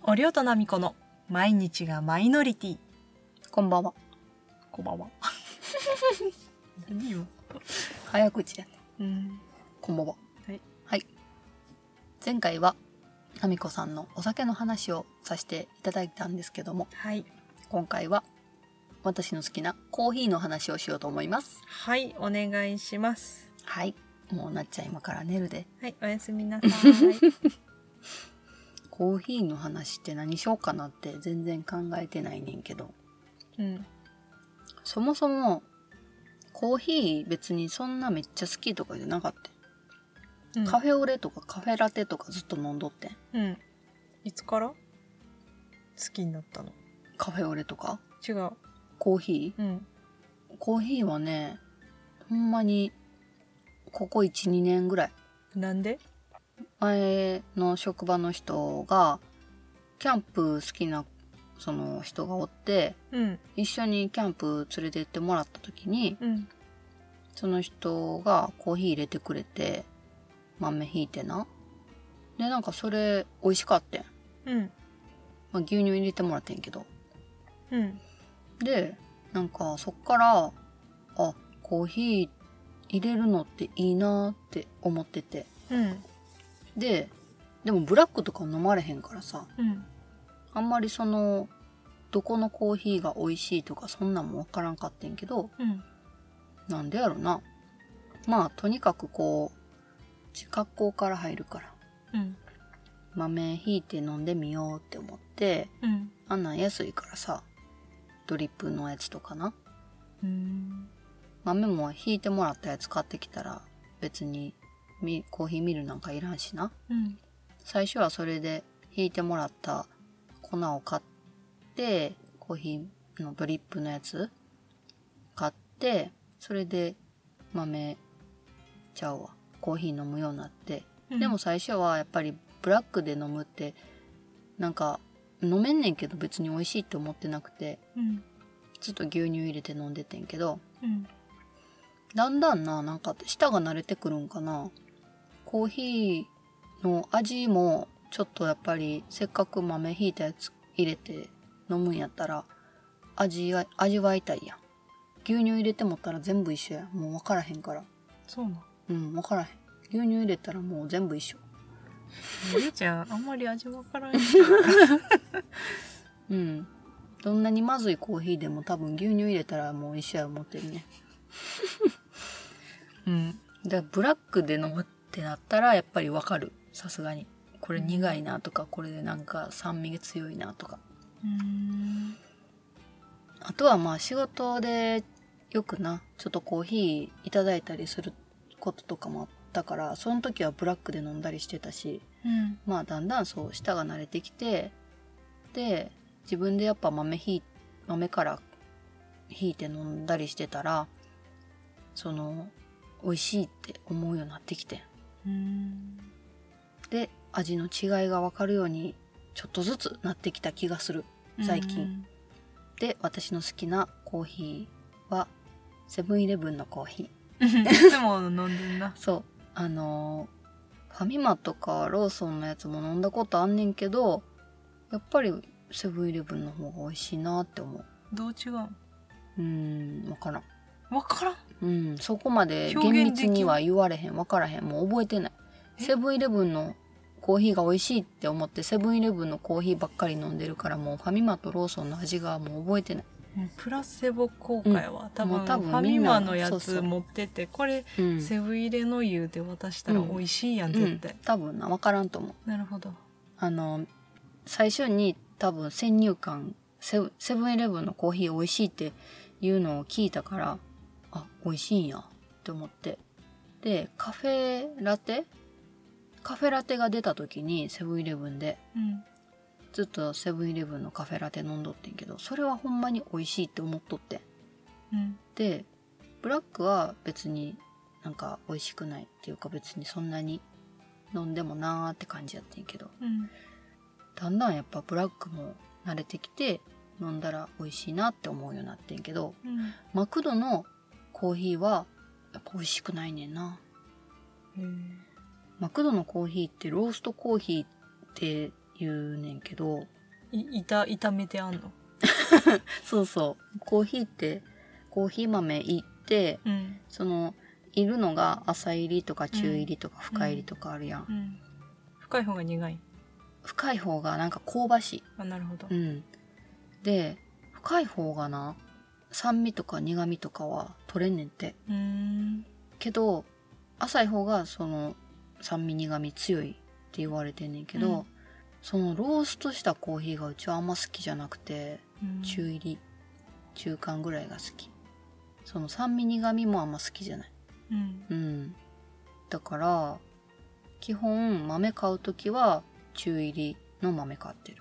おりょうとなみこの毎日がマイノリティ。 こんばんは。 こんばんは。何よ。 早口やね。 うん。 こんばんは。 はい。 はい。前回はなみこさんのお酒の話をさせていただいたんですけども、 はい。 今回は私の好きなコーヒーの話をしようと思います。 はい、お願いします。 はい。もうなっちゃん今から寝るで。 はい、おやすみなさい。 コーヒーの話って何しようかなって全然考えてないねんけど、 うん。 そもそもコーヒー別にそんなめっちゃ好きとかじゃなかった。カフェオレとかカフェラテとかずっと飲んどってん。 うん。いつから好きになったの？ カフェオレとか違う。 コーヒー、 うん。 コーヒーはね、ほんまにここ 1,2 年ぐらい。 なんで？ 前の職場の人がキャンプ好きなその人がおって、 うん。 一緒にキャンプ連れて行ってもらった時に、 うん。 その人がコーヒー入れてくれて、豆ひいてな。で、なんかそれ美味しかったん。 うん。 まあ、牛乳入れてもらってんけど。 うん。 で、なんかそっから、あ、コーヒー入れるのっていいなって思ってて。 うん。 でもブラックとか飲まれへんからさ、 うん。 あんまりその、どこのコーヒーが美味しいとかそんなんもわからんかってんけど、 うん。 なんでやろな。まあ、とにかくこう、学校から入るから、 うん。 豆ひいて飲んでみようって思って、 うん。 あんなん安いからさ、ドリップのやつとかな。豆もひいてもらったやつ買ってきたら、別にコーヒーミルなんかいらんしな。 うん。 最初はそれでひいてもらった粉を買って、コーヒーのドリップのやつ買って、それで豆ちゃうわ。コーヒー飲むようになって。でも最初はやっぱりブラックで飲むって、なんか飲めんねんけど別に美味しいって思ってなくて、 うん。 ずっと牛乳入れて飲んでてんけど、 うん。 だんだんなんか舌が慣れてくるんかな。コーヒーの味もちょっとやっぱりせっかく豆ひいたやつ入れて飲むんやったら味わいたいやん。牛乳入れてもったら全部一緒や。もう分からへんから。 そうなん。 うん、分からへん。牛乳入れたらもう全部一緒。 ゆうちゃん、あんまり味わからんし。 うん。どんなにまずいコーヒーでも多分牛乳入れたらもう一緒や思ってるね。 うん。 で、ブラックで飲むってなったらやっぱり分かる。さすがに。これ苦いなとか、これでなんか酸味が強いなとか。あとはまあ仕事でよくな、ちょっとコーヒーいただいたりすることとかもあったから、その時はブラックで飲んだりしてたし、 うん。 まあだんだんそう舌が慣れてきて、で、自分でやっぱ豆からひいて飲んだりしてたら、その、美味しいって思うようになってきて。で、味の違いがわかるようにちょっとずつなってきた気がする、最近。で、私の好きなコーヒーはセブンイレブンのコーヒー。いつも飲んでんな。 そう。ファミマとかローソンのやつも飲んだことあんねんけど、やっぱりセブンイレブンの方が美味しいなって思う。 どう違う？ わからん。 わからん？ そこまで厳密には言われへん。わからへん。もう覚えてない。セブンイレブンのコーヒーが美味しいって思ってセブンイレブンのコーヒーばっかり飲んでるから、もうファミマとローソンの味がもう覚えてない。 プラセボ効果やわ。多分ファミみんなマのやつ持ってて、これ、セブン入れの湯で渡したら美味しいやん、絶対。 多分な、わからんと思う。 なるほど。 最初に多分先入観、セブンイレブンのコーヒー美味しいっていうのを聞いたから、あ、美味しいんやって思って。で、カフェラテが出た時にセブンイレブンで、ずっとセブンイレブンのカフェラテ飲んどってんけど、それはほんまに美味しいって思っとってん。で、ブラックは別になんか美味しくないっていうか、別にそんなに飲んでもなーって感じやってんけど、だんだんやっぱブラックも慣れてきて飲んだら美味しいなって思うようになってんけど、マクドのコーヒーはやっぱ美味しくないねんな。マクドのコーヒーってローストコーヒーって言うねんけど、 炒めてあんの？ そうそう。コーヒーってコーヒー豆いって、 うん、 そのいるのが浅入りとか中入りとか深入りとかあるやん、 うん、深い方が苦い。 深い方がなんか香ばしい。 あ、なるほど。 うん。で深い方がな酸味とか苦味とかは取れんねんて。けど浅い方がその酸味苦味強いって言われてんねんけど、うん、そのローストしたコーヒーがうちはあんま好きじゃなくて、中入り中間ぐらいが好き。その酸味苦味もあんま好きじゃない。うん。だから基本豆買うときは中入りの豆買ってる。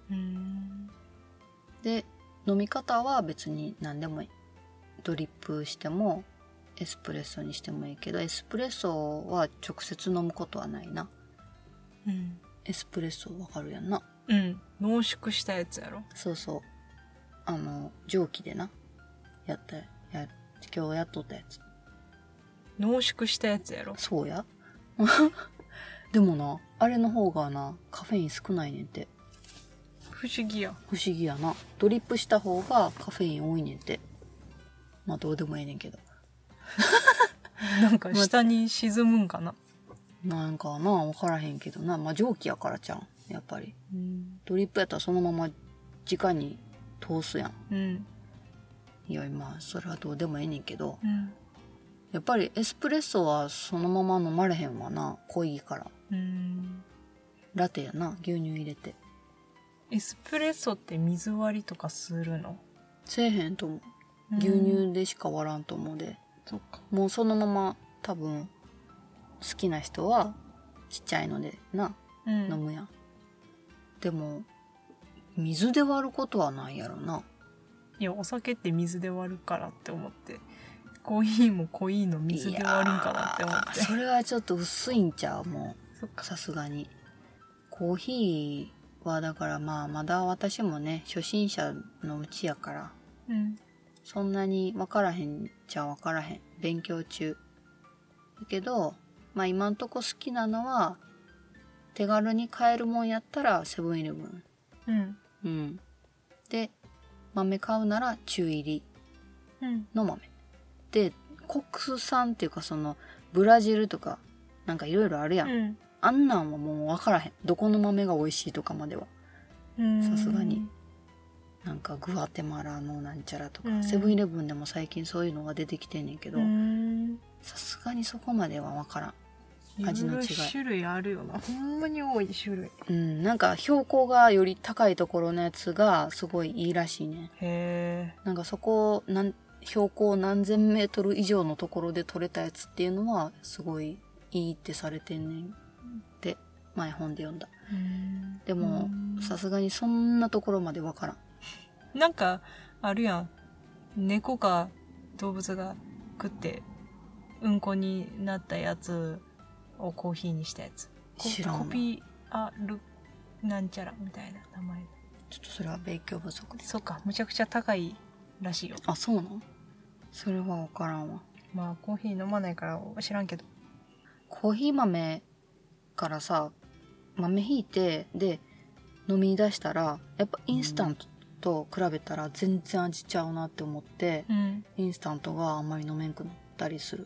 で飲み方は別に何でもいい。ドリップしてもエスプレッソにしてもいいけど、エスプレッソは直接飲むことはないな。うん。エスプレッソわかるやんな。 うん。濃縮したやつやろ。 そうそう。蒸気でな。今日やっとったやつ。 濃縮したやつやろ。 そうや。でもな、あれの方がな、カフェイン少ないねんて。 不思議や。 不思議やな。ドリップした方がカフェイン多いねんて。まあどうでもええねんけど。 なんか下に沈むんかな。 なんかな、わからへんけどな。まあ蒸気やからちゃん。やっぱり。ドリップやったらそのまま直に通すやん。うん。いや、まあそれはどうでもええねんけど。うん、やっぱりエスプレッソはそのまま飲まれへんわな。濃いから。ラテやな。牛乳入れて。 エスプレッソって水割りとかするの？ せえへんと思う。牛乳でしか割らんと思うで。 そっか。 もうそのまま多分好きな人はちっちゃいのでな、飲むやん。でも水で割ることはないやろな。 いや、お酒って水で割るからって思って、コーヒーも濃いの水で割るんかなって思って。 それはちょっと薄いんちゃう？もうさすがにコーヒーはだからまだ私もね初心者のうちやから、そんなに分からへんじゃ分からへん。勉強中だけど、まあ今んとこ好きなのは手軽に買えるもんやったらセブンイレブン。で豆買うなら中入りの豆、で国産っていうかそのブラジルとかなんかいろいろあるやん、あんなんはもう分からへん。どこの豆が美味しいとかまではさすがに。なんかグアテマラのなんちゃらとか、セブンイレブンでも最近そういうのが出てきてんねんけど、さすがにそこまでは分からん。味の違い。 種類あるよな。ほんまに多い種類。 なんか標高がより高いところのやつがすごいいいらしいね。へー。なんかそこ標高何千メートル以上のところで採れたやつっていうのはすごいいいってされてんねんって前本で読んだ。でもさすがにそんなところまで分からん。 なんかあるやん。猫か動物が食ってうんこになったやつをコーヒーにしたやつ。 知らんわ。 コピアルなんちゃらみたいな名前。 ちょっとそれは勉強不足で。 そうか、むちゃくちゃ高いらしいよ。 あ、そうなの？それは分からんわ。 まあコーヒー飲まないから知らんけど。 コーヒー豆からさ、豆ひいてで飲み出したらやっぱインスタントと比べたら全然味ちゃうなって思って、インスタントがあんまり飲めんくなったりする。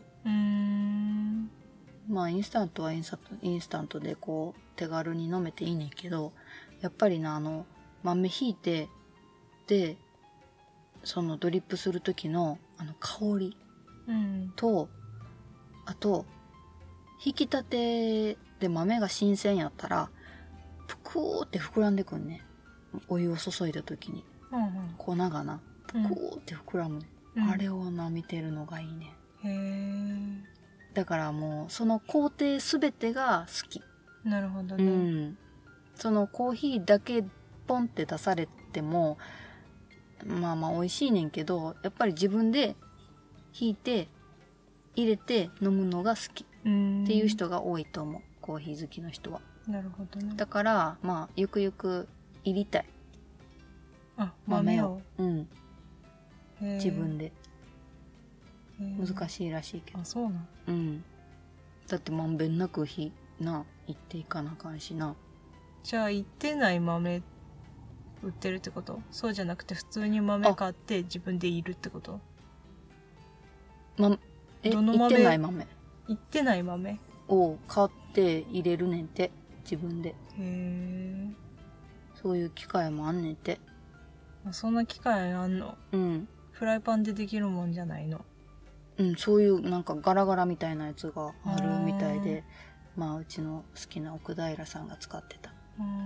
まあインスタントはインスタントでこう手軽に飲めていいねんけど、やっぱりな豆ひいてでそのドリップする時の香りと、あと引き立てで豆が新鮮やったらぷくーって膨らんでくんね。お湯を注いだ時に、粉がなぷくーって膨らむね、あれをな見てるのがいいね。へー。だからもうその工程すべてが好き。 なるほどね。 そのコーヒーだけポンって出されてもまあ美味しいねんけど、やっぱり自分でひいて入れて飲むのが好きっていう人が多いと思う。コーヒー好きの人は。 なるほどね。 だからまあゆくゆく入りたい。豆を自分で。難しいらしいけど。 あ、そうなん。 だってまんべんなくいっていかなあかんしな。 じゃあいってない豆売ってるってこと？そうじゃなくて普通に豆買って自分でいるってこと？どの豆？ いってない豆いってない豆を買って入れるねんて、自分で。 へえ。 そういう機械もあんねんて。 そんな機械あんの？ うん。 フライパンでできるもんじゃないの？ うん、そういうなんかガラガラみたいなやつがあるみたいで、まあうちの好きな奥平さんが使ってた。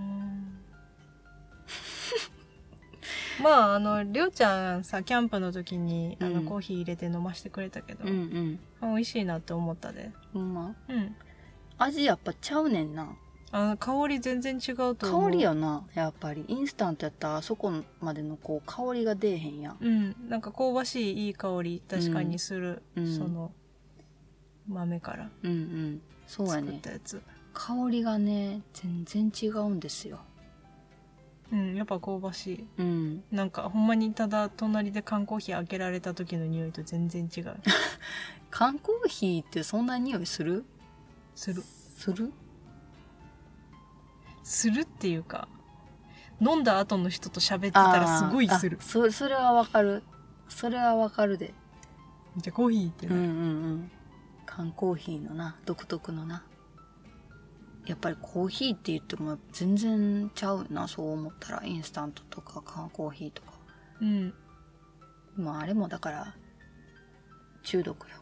まありょうちゃんさ、キャンプの時にうんコーヒー入れて飲ましてくれたけど、 うん美味しいなって思ったで。 うん。まあ、 うん。 味やっぱちゃうねんな。 香り全然違うと思う。 香りよな、やっぱり。インスタントやったらあそこまでのこう香りが出えへんやん。 うん。なんか香ばしいいい香り確かにする。 うんその豆からうんうん。そうや作っね。 たやつ。 香りがね、全然違うんですよ。 うん、やっぱ香ばしい。 うん。 なんかほんまにただ隣で缶コーヒー開けられた時の匂いと全然違う。 缶コーヒーってそんな匂いする？ する。 する？ するっていうか、飲んだ後の人と喋ってたらすごいする。 それはわかる。それはわかるで。 じゃあコーヒーってなる。 うんうんうん。缶コーヒーのな、独特のな。やっぱりコーヒーって言っても全然ちゃうな、そう思ったら。インスタントとか缶コーヒーとか。 うん。 まああれもだから中毒よ。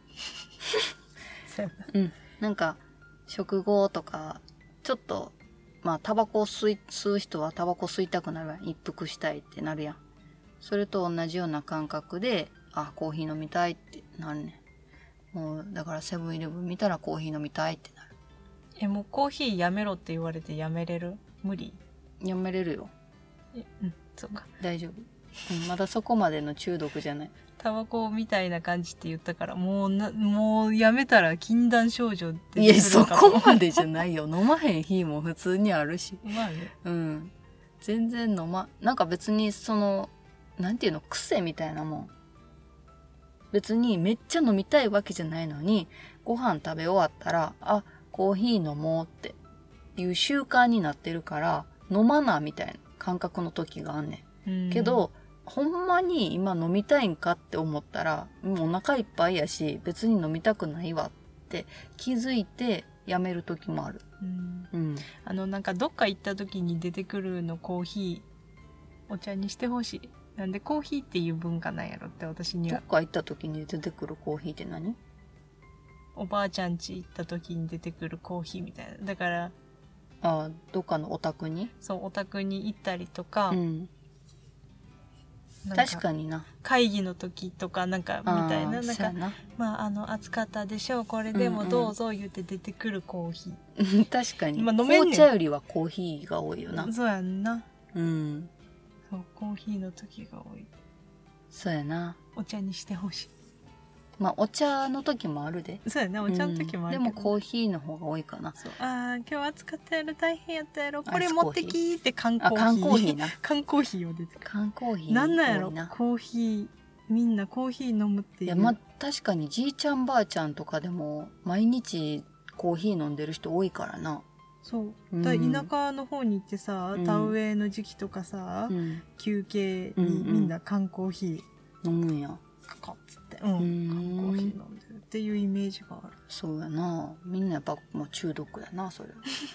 そうやな。 うん。なんか食後とかちょっとまあタバコを吸う人はタバコ吸いたくなるやん。一服したいってなるやん。それと同じような感覚で、あ、コーヒー飲みたいってなるねん。もうだからセブンイレブン見たらコーヒー飲みたいってなる。 もうコーヒーやめろって言われてやめれる？無理？ やめれるよ。 うん、そうか。 大丈夫。うん、まだそこまでの中毒じゃない。 タバコみたいな感じって言ったから、もうやめたら禁断症状っていや、そこまでじゃないよ。飲まへん日も普通にあるし。 まあね。 うん。全然なんか別になんていうの、癖みたいなもん。別にめっちゃ飲みたいわけじゃないのに、ご飯食べ終わったら、あ、コーヒー飲もうっていう習慣になってるから、飲まなみたいな感覚の時があんねん。けど、ほんまに今飲みたいんかって思ったら、もうお腹いっぱいやし、別に飲みたくないわって気づいてやめる時もある。うん。 なんかどっか行った時に出てくるのコーヒー、お茶にしてほしい。なんでコーヒーっていう文化なんやろって私には。 どっか行った時に出てくるコーヒーって何？ おばあちゃん家行った時に出てくるコーヒーみたいな。だから、 どっかのお宅に？ そう、お宅に行ったりとか、 うん。 なん確かにな。 会議の時とかなんかみたいな、なんか、まあ暑かったでしょう、これでもどうぞ言って出てくるコーヒー。確かに。 まあ飲めんねん。 紅茶よりはコーヒーが多いよな。 そうやんな。 うん。 そう、コーヒーの時が多い。 そうやな。 お茶にしてほしい。 まあお茶の時もあるで。 そうやな、お茶の時もあるけど、 でもコーヒーの方が多いかな。 そう、今日暑かったやろ、大変やったやろ、これ持ってきーって缶コーヒー。 缶コーヒーな。 缶コーヒーを出てくる。 缶コーヒーなんなんやろ、コーヒー、みんなコーヒー飲むっていう。 いや、まあ確かにじいちゃんばあちゃんとかでも毎日コーヒー飲んでる人多いからな。 そう。だ田舎の方に行ってさ、田植えの時期とかさ、休憩にみんな缶コーヒー飲むんや。 カカッつって、缶コーヒー飲んでるっていうイメージがある。 そうやな。みんなやっぱもう中毒やな、それ。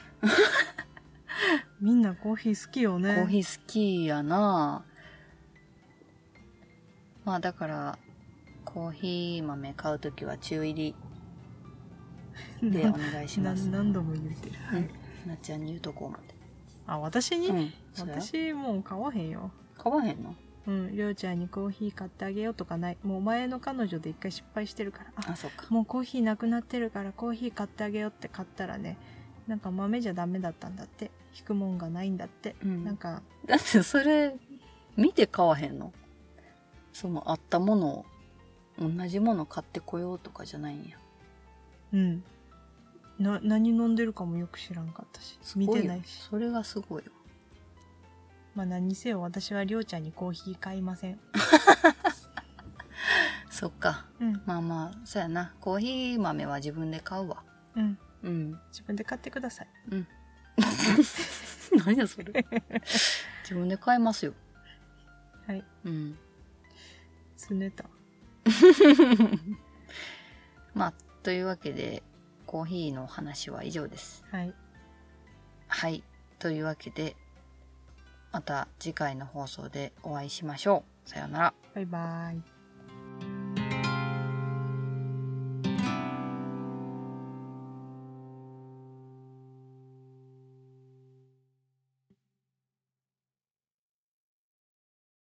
みんなコーヒー好きよね。 コーヒー好きやな。まあだからコーヒー豆買うときは中入りでお願いします。 何度も言ってる。はい。 なっちゃんに言うとこうまで。 私に？私もう買わへんよ。 買わへんの？ うん、りょうちゃんにコーヒー買ってあげようとかない。もう前の彼女で一回失敗してるから。 そっか。 もうコーヒーなくなってるからコーヒー買ってあげようって買ったらね、なんか豆じゃダメだったんだって。引くもんがないんだって。なんか。 だってそれ見て買わへんの？あったものを同じもの買ってこようとかじゃないんや。 うん。何飲んでるかもよく知らんかったし。見てないし。 それがすごいよ。 まあ何にせよ私はりょうちゃんにコーヒー買いません。 そっか。まあまあ、そうやな。コーヒー豆は自分で買うわ。 自分で買ってください。 何やそれ。 自分で買いますよ。 はい。 うん。 すねた。 まあ、というわけで、コーヒーの話は以上です。 はい。 はい。というわけで、また次回の放送でお会いしましょう。さようなら。 バイバイ。